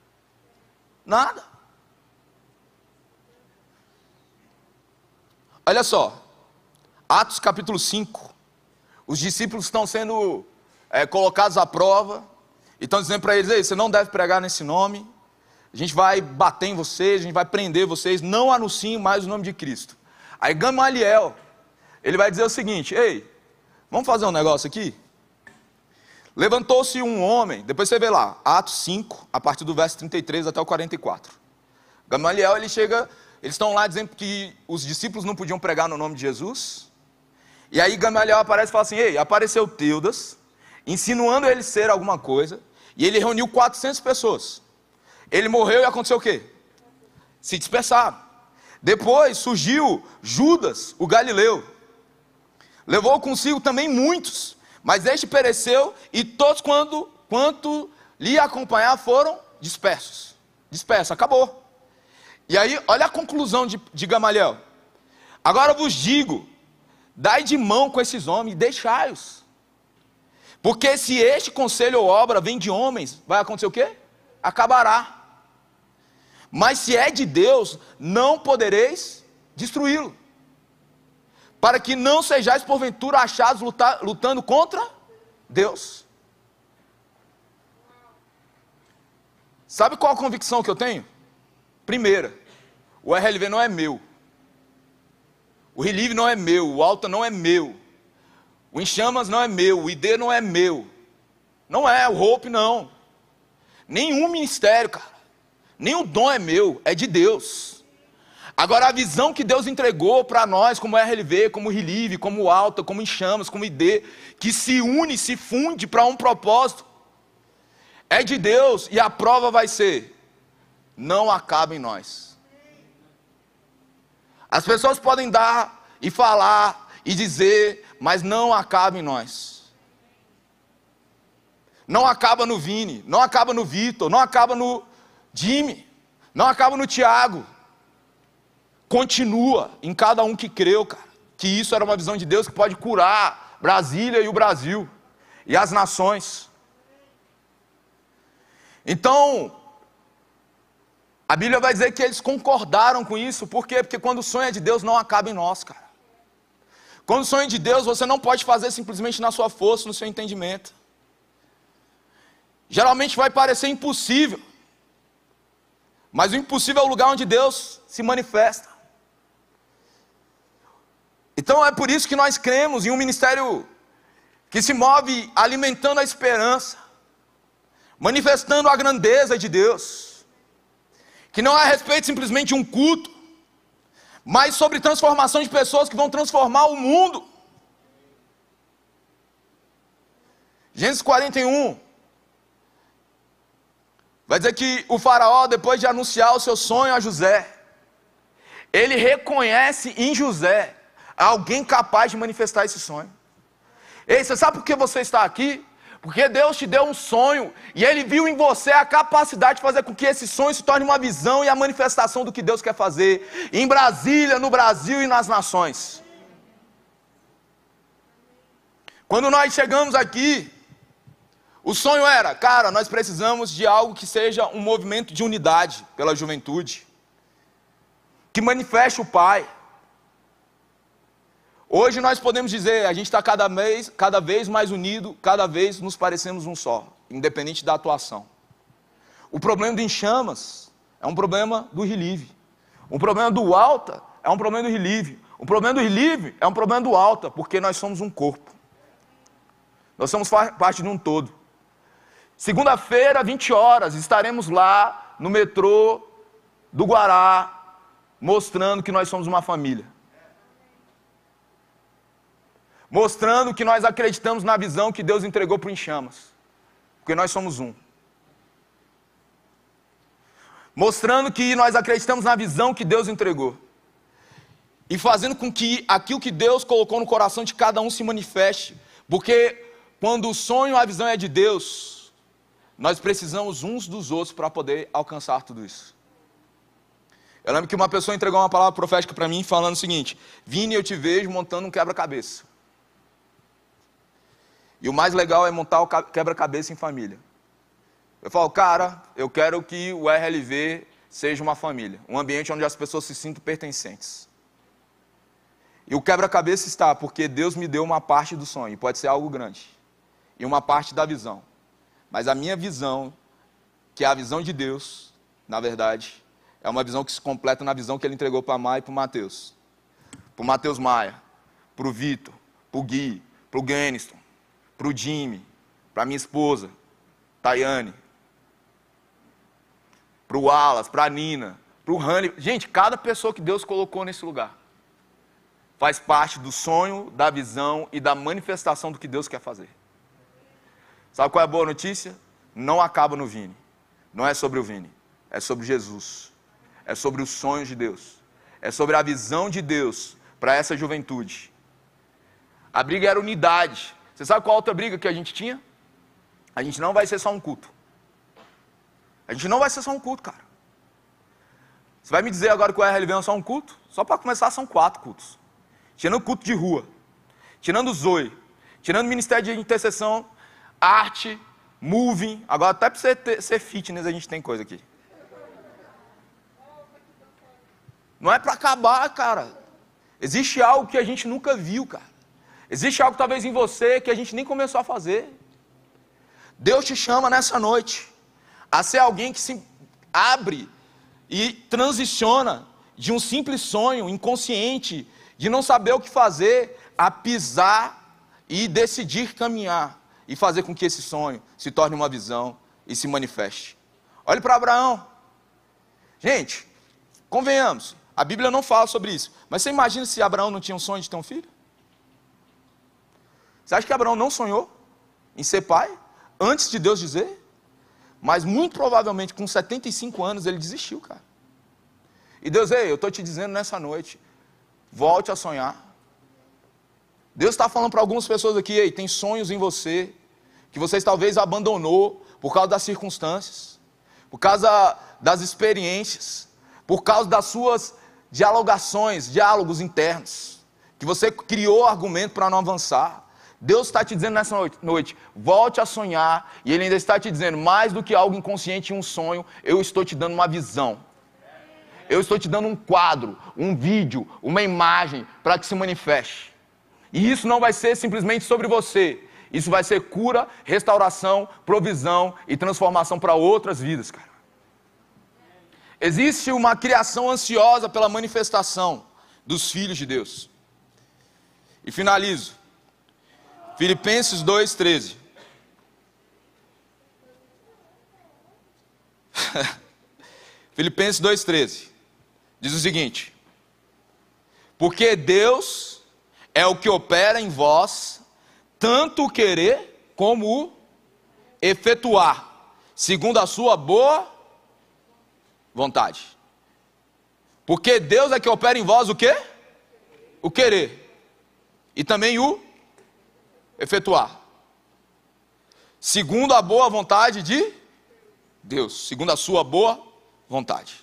Olha só, Atos capítulo 5. Os discípulos estão sendo colocados à prova. E estão dizendo para eles, ei, você não deve pregar nesse nome. A gente vai bater em vocês, a gente vai prender vocês. Não anunciem mais o nome de Cristo. Aí Gamaliel, ele vai dizer o seguinte, ei, vamos fazer um negócio aqui? Levantou-se um homem, depois você vê lá, Atos 5, a partir do verso 33 até o 44. Gamaliel, ele chega, eles estão lá dizendo que os discípulos não podiam pregar no nome de Jesus. E aí Gamaliel aparece e fala assim, ei, apareceu Teudas, insinuando ele ser alguma coisa, e ele reuniu 400 pessoas. Ele morreu e aconteceu o quê? Se dispersaram. Depois surgiu Judas, o Galileu. Levou consigo também muitos, mas este pereceu e todos quanto lhe acompanhar foram dispersos. Dispersos, acabou. E aí, olha a conclusão de Gamaliel. Agora vos digo, dai de mão com esses homens e deixai-os. Porque se este conselho ou obra vem de homens, vai acontecer o quê? Acabará. Mas se é de Deus, não podereis destruí-lo. Para que não sejais porventura achados lutando contra Deus. Sabe qual a convicção que eu tenho? Primeira, o RLV não é meu. O Relive não é meu, o Alta não é meu. O Em Chamas não é meu, o ID não é meu. Não é, o Hope não. Nenhum ministério, cara. Nenhum dom é meu, é de Deus. Agora a visão que Deus entregou para nós, como RLV, como Relive, como Alta, como Em Chamas, como ID, que se une, se funde para um propósito, é de Deus. E a prova vai ser, não acaba em nós. As pessoas podem dar e falar e dizer, mas não acaba em nós. Não acaba no Vini, não acaba no Vitor, não acaba no Jimmy, não acaba no Tiago. Continua em cada um que creu, cara, que isso era uma visão de Deus que pode curar Brasília e o Brasil e as nações. Então, a Bíblia vai dizer que eles concordaram com isso. Por quê? Porque quando o sonho é de Deus, não acaba em nós, cara. Quando o sonho é de Deus, você não pode fazer simplesmente na sua força, no seu entendimento. Geralmente vai parecer impossível. Mas o impossível é o lugar onde Deus se manifesta. Então é por isso que nós cremos em um ministério que se move alimentando a esperança, manifestando a grandeza de Deus, que não é a respeito simplesmente de um culto, mas sobre transformação de pessoas que vão transformar o mundo. Gênesis 41, Vai dizer que o faraó, depois de anunciar o seu sonho a José, ele reconhece em José alguém capaz de manifestar esse sonho. Ei, você sabe por que você está aqui? Porque Deus te deu um sonho e Ele viu em você a capacidade de fazer com que esse sonho se torne uma visão e a manifestação do que Deus quer fazer em Brasília, no Brasil e nas nações. Quando nós chegamos aqui, o sonho era, cara, nós precisamos de algo que seja um movimento de unidade pela juventude, que manifeste o Pai. Hoje nós podemos dizer, a gente está cada vez mais unido, cada vez nos parecemos um só, independente da atuação. O problema do Em Chamas é um problema do Relive. O problema do Alta é um problema do Relive. O problema do Relive é um problema do Alta, porque nós somos um corpo. Nós somos parte de um todo. Segunda-feira, 20 horas, estaremos lá no metrô do Guará, mostrando que nós somos uma família. Mostrando que nós acreditamos na visão que Deus entregou para o Em Chamas. Porque nós somos um. Mostrando que nós acreditamos na visão que Deus entregou. E fazendo com que aquilo que Deus colocou no coração de cada um se manifeste. Porque quando o sonho, a visão é de Deus, nós precisamos uns dos outros para poder alcançar tudo isso. Eu lembro que uma pessoa entregou uma palavra profética para mim falando o seguinte: Vini, eu te vejo montando um quebra-cabeça. E o mais legal é montar o quebra-cabeça em família. Eu falo, cara, eu quero que o RLV seja uma família. Um ambiente onde as pessoas se sintam pertencentes. E o quebra-cabeça está porque Deus me deu uma parte do sonho. Pode ser algo grande. E uma parte da visão. Mas a minha visão, que é a visão de Deus, na verdade, é uma visão que se completa na visão que Ele entregou para a Maia e para o Matheus. Para o Matheus Maia, para o Vitor, para o Gui, para o Geniston, para o Jimmy, para minha esposa, Tayane, para o Wallace, para a Nina, para o Rani. Gente, cada pessoa que Deus colocou nesse lugar faz parte do sonho, da visão e da manifestação do que Deus quer fazer. Sabe qual é a boa notícia? Não acaba no Vini. Não é sobre o Vini, é sobre Jesus. É sobre os sonhos de Deus. É sobre a visão de Deus para essa juventude. A briga era unidade. Você sabe qual a outra briga que a gente tinha? A gente não vai ser só um culto. A gente não vai ser só um culto, cara. Você vai me dizer agora que o RLV é só um culto? Só para começar são 4 cultos. Tirando o culto de rua, tirando o Zoe, tirando o Ministério de Intercessão, arte, moving. Agora até para você ser fitness a gente tem coisa aqui. Não é para acabar, cara. Existe algo que a gente nunca viu, cara. Existe algo talvez em você que a gente nem começou a fazer. Deus te chama nessa noite a ser alguém que se abre e transiciona de um simples sonho inconsciente, de não saber o que fazer, a pisar e decidir caminhar e fazer com que esse sonho se torne uma visão e se manifeste. Olhe para Abraão. Gente, convenhamos, a Bíblia não fala sobre isso, mas você imagina se Abraão não tinha um sonho de ter um filho? Você acha que Abraão não sonhou em ser pai, antes de Deus dizer? Mas muito provavelmente com 75 anos ele desistiu, cara. E Deus, ei, eu estou te dizendo nessa noite, volte a sonhar. Deus está falando para algumas pessoas aqui, ei, tem sonhos em você, que vocês talvez abandonou por causa das circunstâncias, por causa das experiências, por causa das suas diálogos internos, que você criou argumento para não avançar. Deus está te dizendo nessa noite, volte a sonhar, e Ele ainda está te dizendo, mais do que algo inconsciente e um sonho, eu estou te dando uma visão. Eu estou te dando um quadro, um vídeo, uma imagem, para que se manifeste. E isso não vai ser simplesmente sobre você, isso vai ser cura, restauração, provisão e transformação para outras vidas, cara. Existe uma criação ansiosa pela manifestação dos filhos de Deus. E finalizo. Filipenses 2:13. Filipenses 2:13. Diz o seguinte: porque Deus é o que opera em vós, tanto o querer como o efetuar, segundo a sua boa vontade. Porque Deus é que opera em vós o quê? O querer. E também o efetuar. Segundo a boa vontade de Deus. Segundo a sua boa vontade.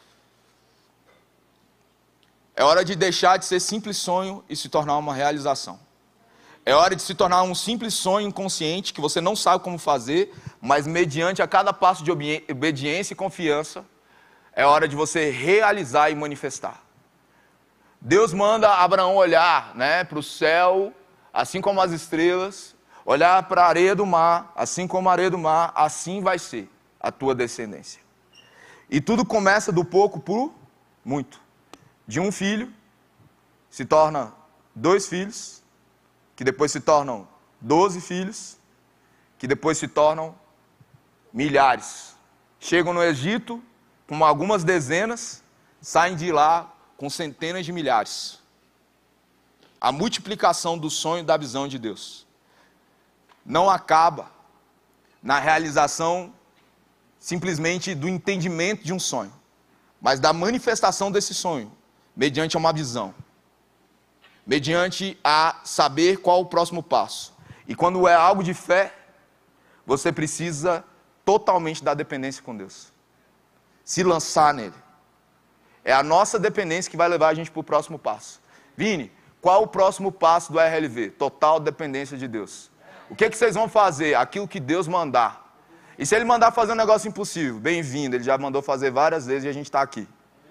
É hora de deixar de ser simples sonho e se tornar uma realização. É hora de se tornar um simples sonho inconsciente que você não sabe como fazer, mas mediante a cada passo de obediência e confiança, é hora de você realizar e manifestar. Deus manda Abraão olhar, para o céu, assim como as estrelas, olhar para a areia do mar, assim como a areia do mar, assim vai ser a tua descendência. E tudo começa do pouco para o muito. De um filho, se torna 2 filhos, que depois se tornam 12 filhos, que depois se tornam milhares. Chegam no Egito com algumas dezenas, saem de lá com centenas de milhares. A multiplicação do sonho e da visão de Deus não acaba na realização simplesmente do entendimento de um sonho, mas da manifestação desse sonho, mediante uma visão, mediante a saber qual o próximo passo. E quando é algo de fé, você precisa totalmente da dependência com Deus. Se lançar nele. É a nossa dependência que vai levar a gente para o próximo passo. Vini, qual o próximo passo do RLV? Total dependência de Deus. O que vocês vão fazer? Aquilo que Deus mandar. E se Ele mandar fazer um negócio impossível? Bem-vindo, Ele já mandou fazer várias vezes e a gente está aqui.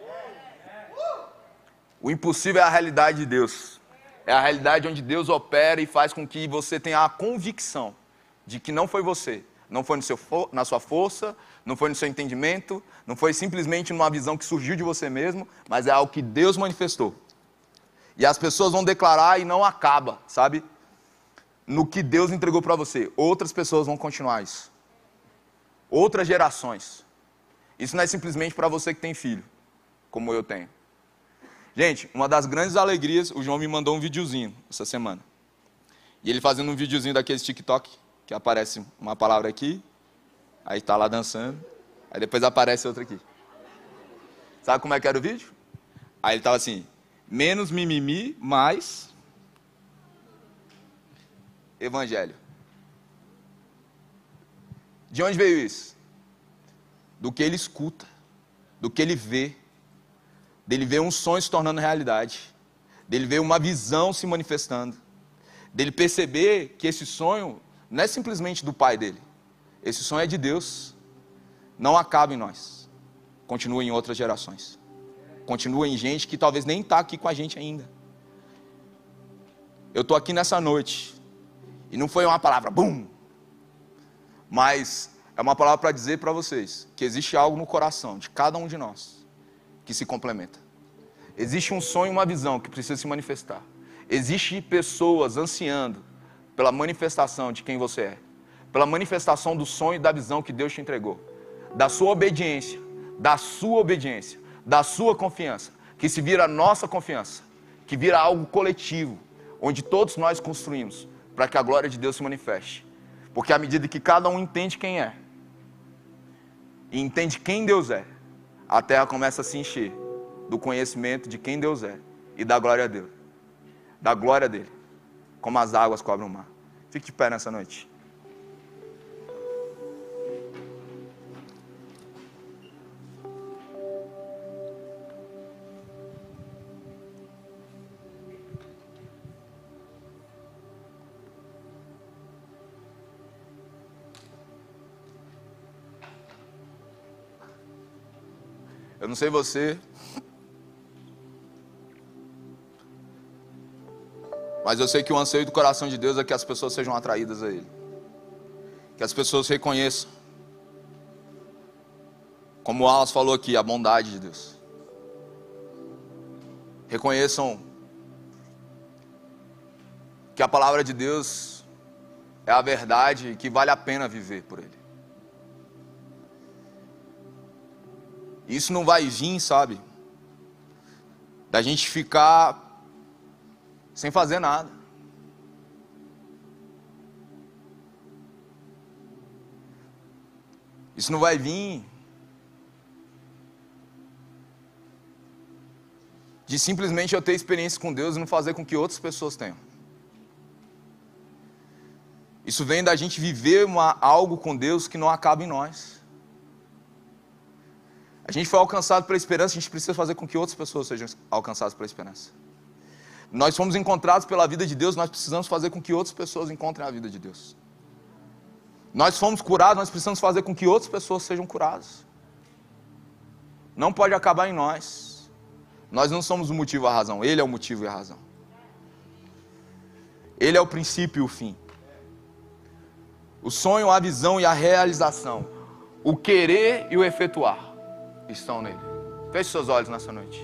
O impossível é a realidade de Deus. É a realidade onde Deus opera e faz com que você tenha a convicção de que não foi você, não foi na sua força, não foi no seu entendimento, não foi simplesmente numa visão que surgiu de você mesmo, mas é algo que Deus manifestou. E as pessoas vão declarar e não acaba, sabe? No que Deus entregou para você. Outras pessoas vão continuar isso. Outras gerações. Isso não é simplesmente para você que tem filho, como eu tenho. Gente, uma das grandes alegrias, o João me mandou um videozinho essa semana. E ele fazendo um videozinho daqueles TikTok, que aparece uma palavra aqui, aí está lá dançando, aí depois aparece outra aqui. Sabe como é que era o vídeo? Aí ele estava assim, menos mimimi, mais evangelho. De onde veio isso? Do que ele escuta, do que ele vê, dele ver um sonho se tornando realidade, dele ver uma visão se manifestando, dele perceber que esse sonho não é simplesmente do pai dele, esse sonho é de Deus, não acaba em nós, continua em outras gerações, continua em gente que talvez nem está aqui com a gente ainda. Eu estou aqui nessa noite, e não foi uma palavra, bum, mas é uma palavra para dizer para vocês, que existe algo no coração de cada um de nós, que se complementa. Existe um sonho e uma visão que precisa se manifestar. Existem pessoas ansiando pela manifestação de quem você é, pela manifestação do sonho e da visão que Deus te entregou, da sua obediência, da sua confiança, que se vira a nossa confiança, que vira algo coletivo, onde todos nós construímos, para que a glória de Deus se manifeste. Porque à medida que cada um entende quem é, e entende quem Deus é, a terra começa a se encher do conhecimento de quem Deus é e da glória dele. Da glória dele, como as águas cobrem o mar. Fique de pé nessa noite. Eu não sei você, mas eu sei que o anseio do coração de Deus é que as pessoas sejam atraídas a Ele. Que as pessoas reconheçam, como o Alas falou aqui, a bondade de Deus. Reconheçam que a palavra de Deus é a verdade e que vale a pena viver por Ele. Isso não vai vir, sabe, da gente ficar sem fazer nada. Isso não vai vir de simplesmente eu ter experiência com Deus e não fazer com que outras pessoas tenham. Isso vem da gente viver algo com Deus que não acaba em nós. A gente foi alcançado pela esperança, a gente precisa fazer com que outras pessoas sejam alcançadas pela esperança. Nós fomos encontrados pela vida de Deus, nós precisamos fazer com que outras pessoas encontrem a vida de Deus. Nós fomos curados, nós precisamos fazer com que outras pessoas sejam curadas. Não pode acabar em nós. Nós não somos o motivo e a razão, Ele é o motivo e a razão. Ele é o princípio e o fim. O sonho, a visão e a realização, o querer e o efetuar estão nele. Feche seus olhos nessa noite.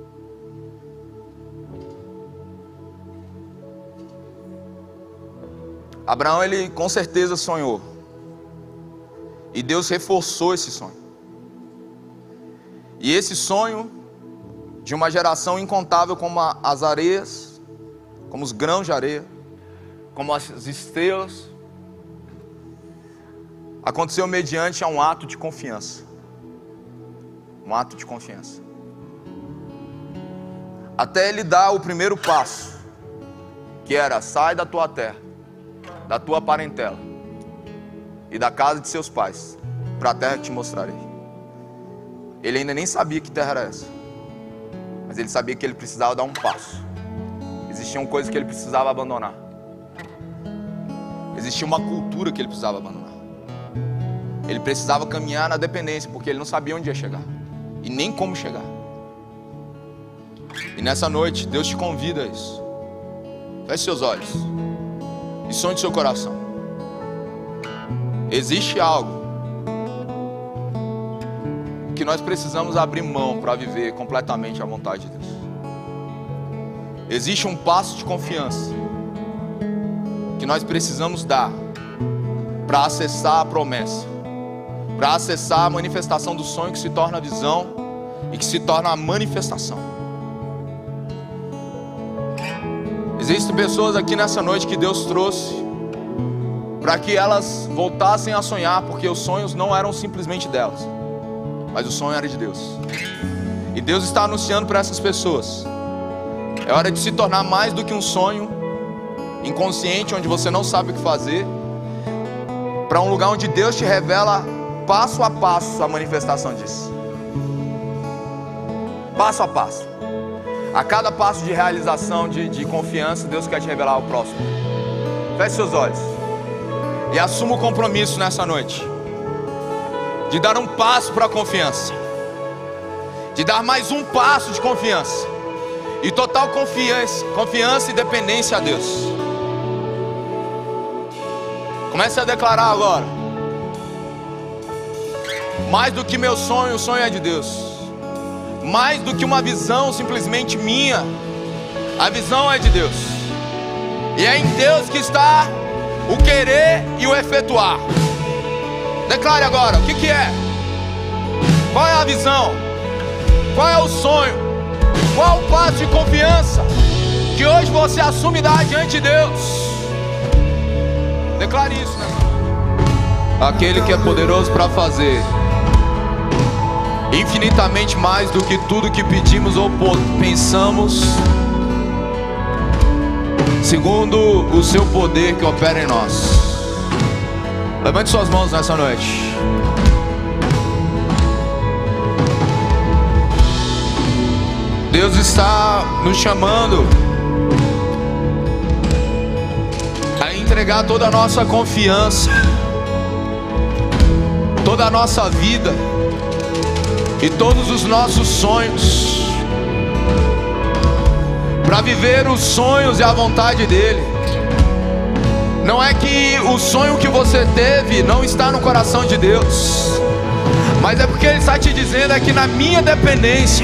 Abraão, ele com certeza sonhou. E Deus reforçou esse sonho. E esse sonho de uma geração incontável como as areias, como os grãos de areia, como as estrelas, aconteceu mediante a um ato de confiança. Um ato de confiança. Até ele dar o primeiro passo, que era: sai da tua terra, da tua parentela e da casa de seus pais, para a terra que te mostrarei. Ele ainda nem sabia que terra era essa, mas ele sabia que ele precisava dar um passo. Existiam coisas que ele precisava abandonar. Existia uma cultura que ele precisava abandonar. Ele precisava caminhar na dependência, porque ele não sabia onde ia chegar e nem como chegar. E nessa noite Deus te convida a isso. Feche seus olhos e sonhe seu coração. Existe algo que nós precisamos abrir mão para viver completamente a vontade de Deus. Existe um passo de confiança que nós precisamos dar para acessar a promessa, para acessar a manifestação do sonho que se torna a visão e que se torna a manifestação. Existem pessoas aqui nessa noite que Deus trouxe para que elas voltassem a sonhar, porque os sonhos não eram simplesmente delas, mas o sonho era de Deus. E Deus está anunciando para essas pessoas: é hora de se tornar mais do que um sonho inconsciente, onde você não sabe o que fazer, para um lugar onde Deus te revela passo a passo a manifestação disso. Passo a passo. A cada passo de realização, de confiança, Deus quer te revelar o próximo. Feche seus olhos e assuma o compromisso nessa noite de dar um passo para a confiança, de dar mais um passo de confiança e total confiança e dependência a Deus. Comece a declarar agora: mais do que meu sonho, o sonho é de Deus. Mais do que uma visão simplesmente minha, a visão é de Deus. E é em Deus que está o querer e o efetuar. Declare agora: o que é? Qual é a visão? Qual é o sonho? Qual o passo de confiança que hoje você assume dar diante de Deus? Declare isso, né? Aquele que é poderoso para fazer infinitamente mais do que tudo que pedimos ou pensamos, segundo o seu poder que opera em nós. Levante suas mãos nessa noite. Deus está nos chamando a entregar toda a nossa confiança, toda a nossa vida e todos os nossos sonhos, para viver os sonhos e a vontade dele. Não é que o sonho que você teve não está no coração de Deus, mas é porque ele está te dizendo é que na minha dependência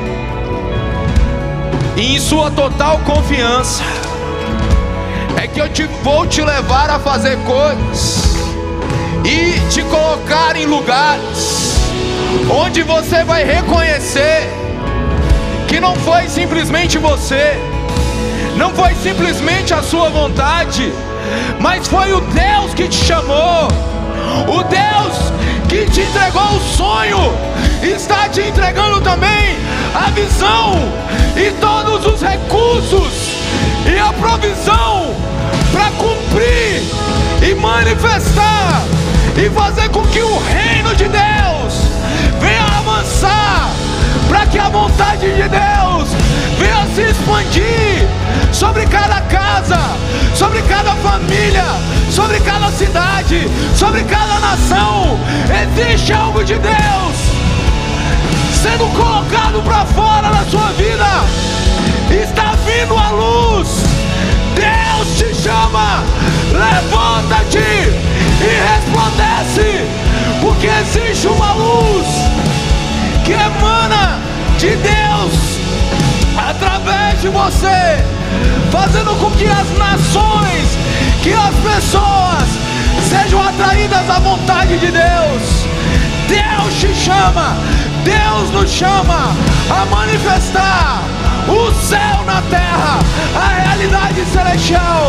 e em sua total confiança é que eu vou te levar a fazer coisas e te colocar em lugares onde você vai reconhecer que não foi simplesmente você, não foi simplesmente a sua vontade, mas foi o Deus que te chamou, o Deus que te entregou o sonho, está te entregando também a visão e todos os recursos e a provisão para cumprir e manifestar e fazer com que o reino de Deus venha avançar, para que a vontade de Deus venha se expandir sobre cada casa, sobre cada família, sobre cada cidade, sobre cada nação. Existe algo de Deus sendo colocado para fora da sua vida, está vindo a luz. Deus te chama, levanta-te e resplandece, porque existe uma luz que emana de Deus através de você, fazendo com que as nações, que as pessoas sejam atraídas à vontade de Deus. Deus te chama, Deus nos chama a manifestar o céu na terra, a realidade celestial.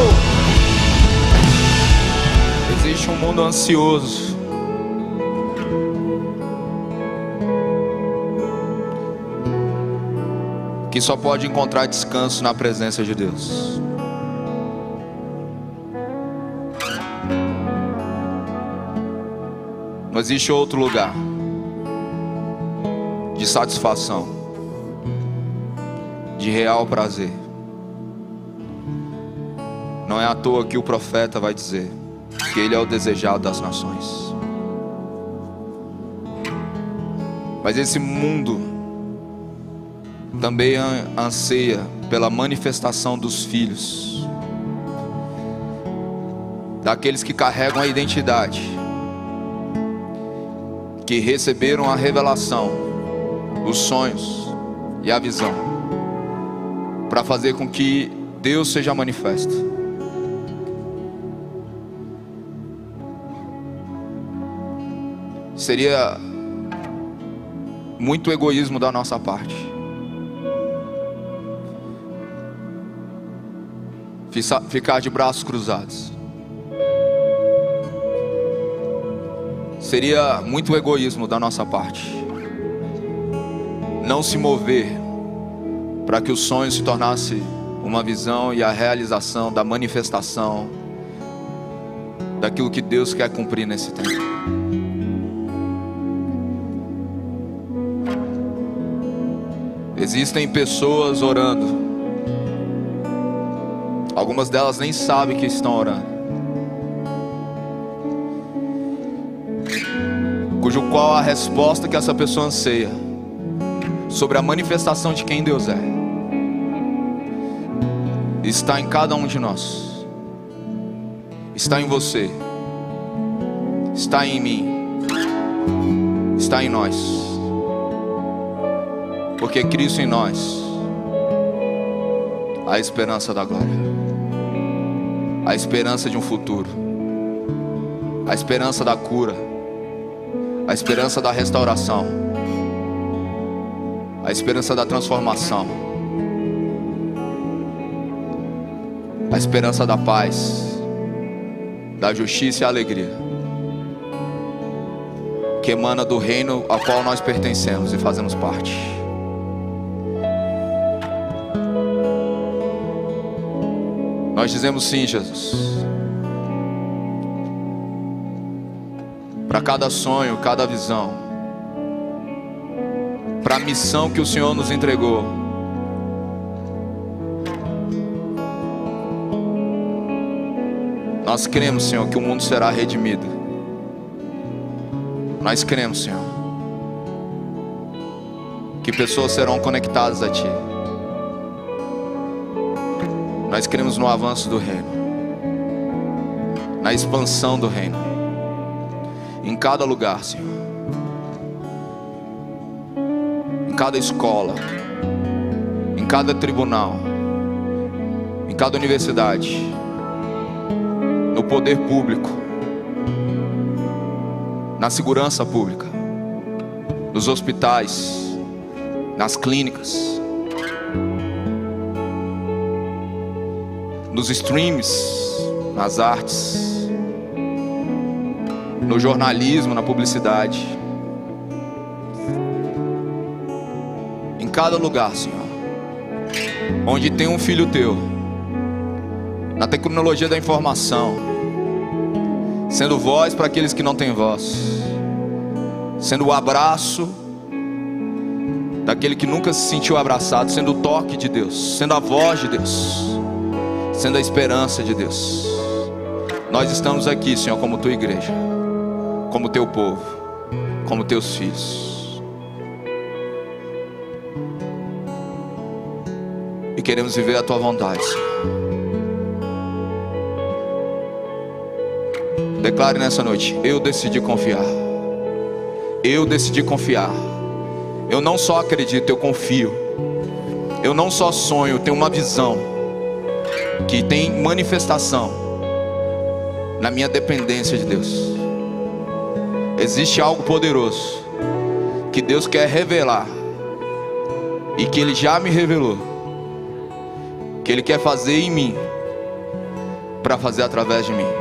Existe um mundo ansioso, que só pode encontrar descanso na presença de Deus. Não existe outro lugar de satisfação, de real prazer. Não é à toa que o profeta vai dizer que ele é o desejado das nações. Mas esse mundo também anseia pela manifestação dos filhos, daqueles que carregam a identidade, que receberam a revelação, os sonhos e a visão, para fazer com que Deus seja manifesto. Seria muito egoísmo da nossa parte ficar de braços cruzados. Seria muito egoísmo da nossa parte não se mover para que o sonho se tornasse uma visão e a realização da manifestação daquilo que Deus quer cumprir nesse tempo. Existem pessoas orando, algumas delas nem sabem que estão orando, cujo qual a resposta que essa pessoa anseia sobre a manifestação de quem Deus é está em cada um de nós, está em você, está em mim, está em nós, porque Cristo em nós, a esperança da glória, a esperança de um futuro, a esperança da cura, a esperança da restauração, a esperança da transformação, a esperança da paz, da justiça e a alegria, que emana do reino ao qual nós pertencemos e fazemos parte. Nós dizemos sim, Jesus, para cada sonho, cada visão, para a missão que o Senhor nos entregou. Nós cremos, Senhor, que o mundo será redimido. Nós cremos, Senhor, que pessoas serão conectadas a Ti. Nós cremos no avanço do reino, na expansão do reino, em cada lugar, Senhor, em cada escola, em cada tribunal, em cada universidade, no poder público, na segurança pública, nos hospitais, nas clínicas, nos streams, nas artes, no jornalismo, na publicidade, em cada lugar, Senhor, onde tem um filho teu, na tecnologia da informação, sendo voz para aqueles que não têm voz, sendo o abraço daquele que nunca se sentiu abraçado, sendo o toque de Deus, sendo a voz de Deus, sendo a esperança de Deus. Nós estamos aqui, Senhor, como tua igreja, como teu povo, como teus filhos, e queremos viver a tua vontade, Senhor. Declare nessa noite: eu decidi confiar. Eu decidi confiar. Eu não só acredito, eu confio. Eu não só sonho, eu tenho uma visão que tem manifestação na minha dependência de Deus. Existe algo poderoso que Deus quer revelar, e que Ele já me revelou, que Ele quer fazer em mim, para fazer através de mim.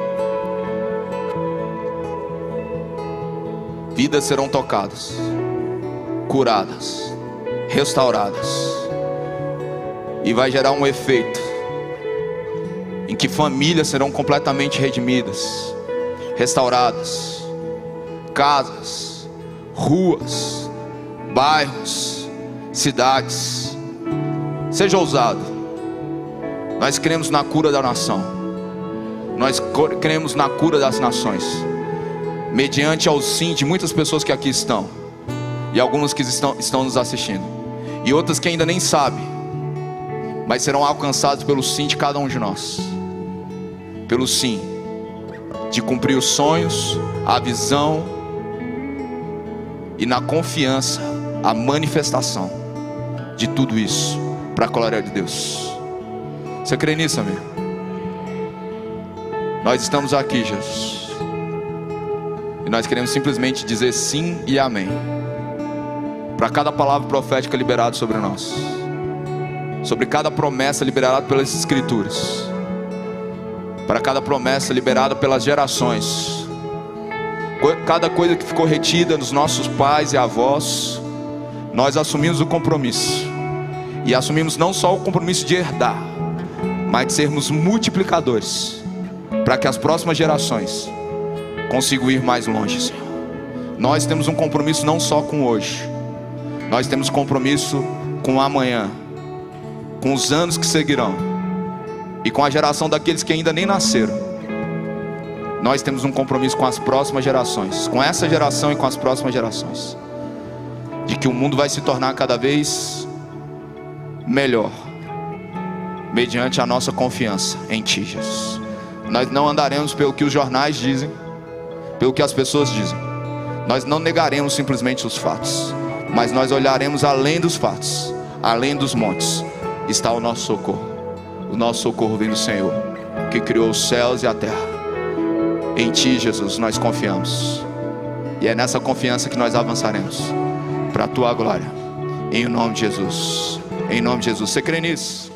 Vidas serão tocadas, curadas, restauradas, e vai gerar um efeito em que famílias serão completamente redimidas, restauradas, casas, ruas, bairros, cidades. Seja ousado. Nós cremos na cura da nação, nós cremos na cura das nações, mediante ao sim de muitas pessoas que aqui estão, e algumas que estão nos assistindo, e outras que ainda nem sabem, mas serão alcançadas pelo sim de cada um de nós, pelo sim de cumprir os sonhos, a visão, e na confiança, a manifestação de tudo isso, para a glória de Deus. Você crê nisso, amigo? Nós estamos aqui, Jesus, e nós queremos simplesmente dizer sim e amém para cada palavra profética liberada sobre nós, sobre cada promessa liberada pelas Escrituras, para cada promessa liberada pelas gerações, cada coisa que ficou retida nos nossos pais e avós. Nós assumimos o compromisso, e assumimos não só o compromisso de herdar, mas de sermos multiplicadores, para que as próximas gerações consigam ir mais longe, Senhor. Nós temos um compromisso não só com hoje, nós temos compromisso com amanhã, com os anos que seguirão, e com a geração daqueles que ainda nem nasceram. Nós temos um compromisso com as próximas gerações, com essa geração e com as próximas gerações, de que o mundo vai se tornar cada vez melhor, mediante a nossa confiança em Ti, Jesus. Nós não andaremos pelo que os jornais dizem, pelo que as pessoas dizem. Nós não negaremos simplesmente os fatos, mas nós olharemos além dos fatos, além dos montes está o nosso socorro. O nosso socorro vem do Senhor, que criou os céus e a terra. Em Ti, Jesus, nós confiamos, e é nessa confiança que nós avançaremos para a Tua glória, em nome de Jesus. Em nome de Jesus. Você crê nisso?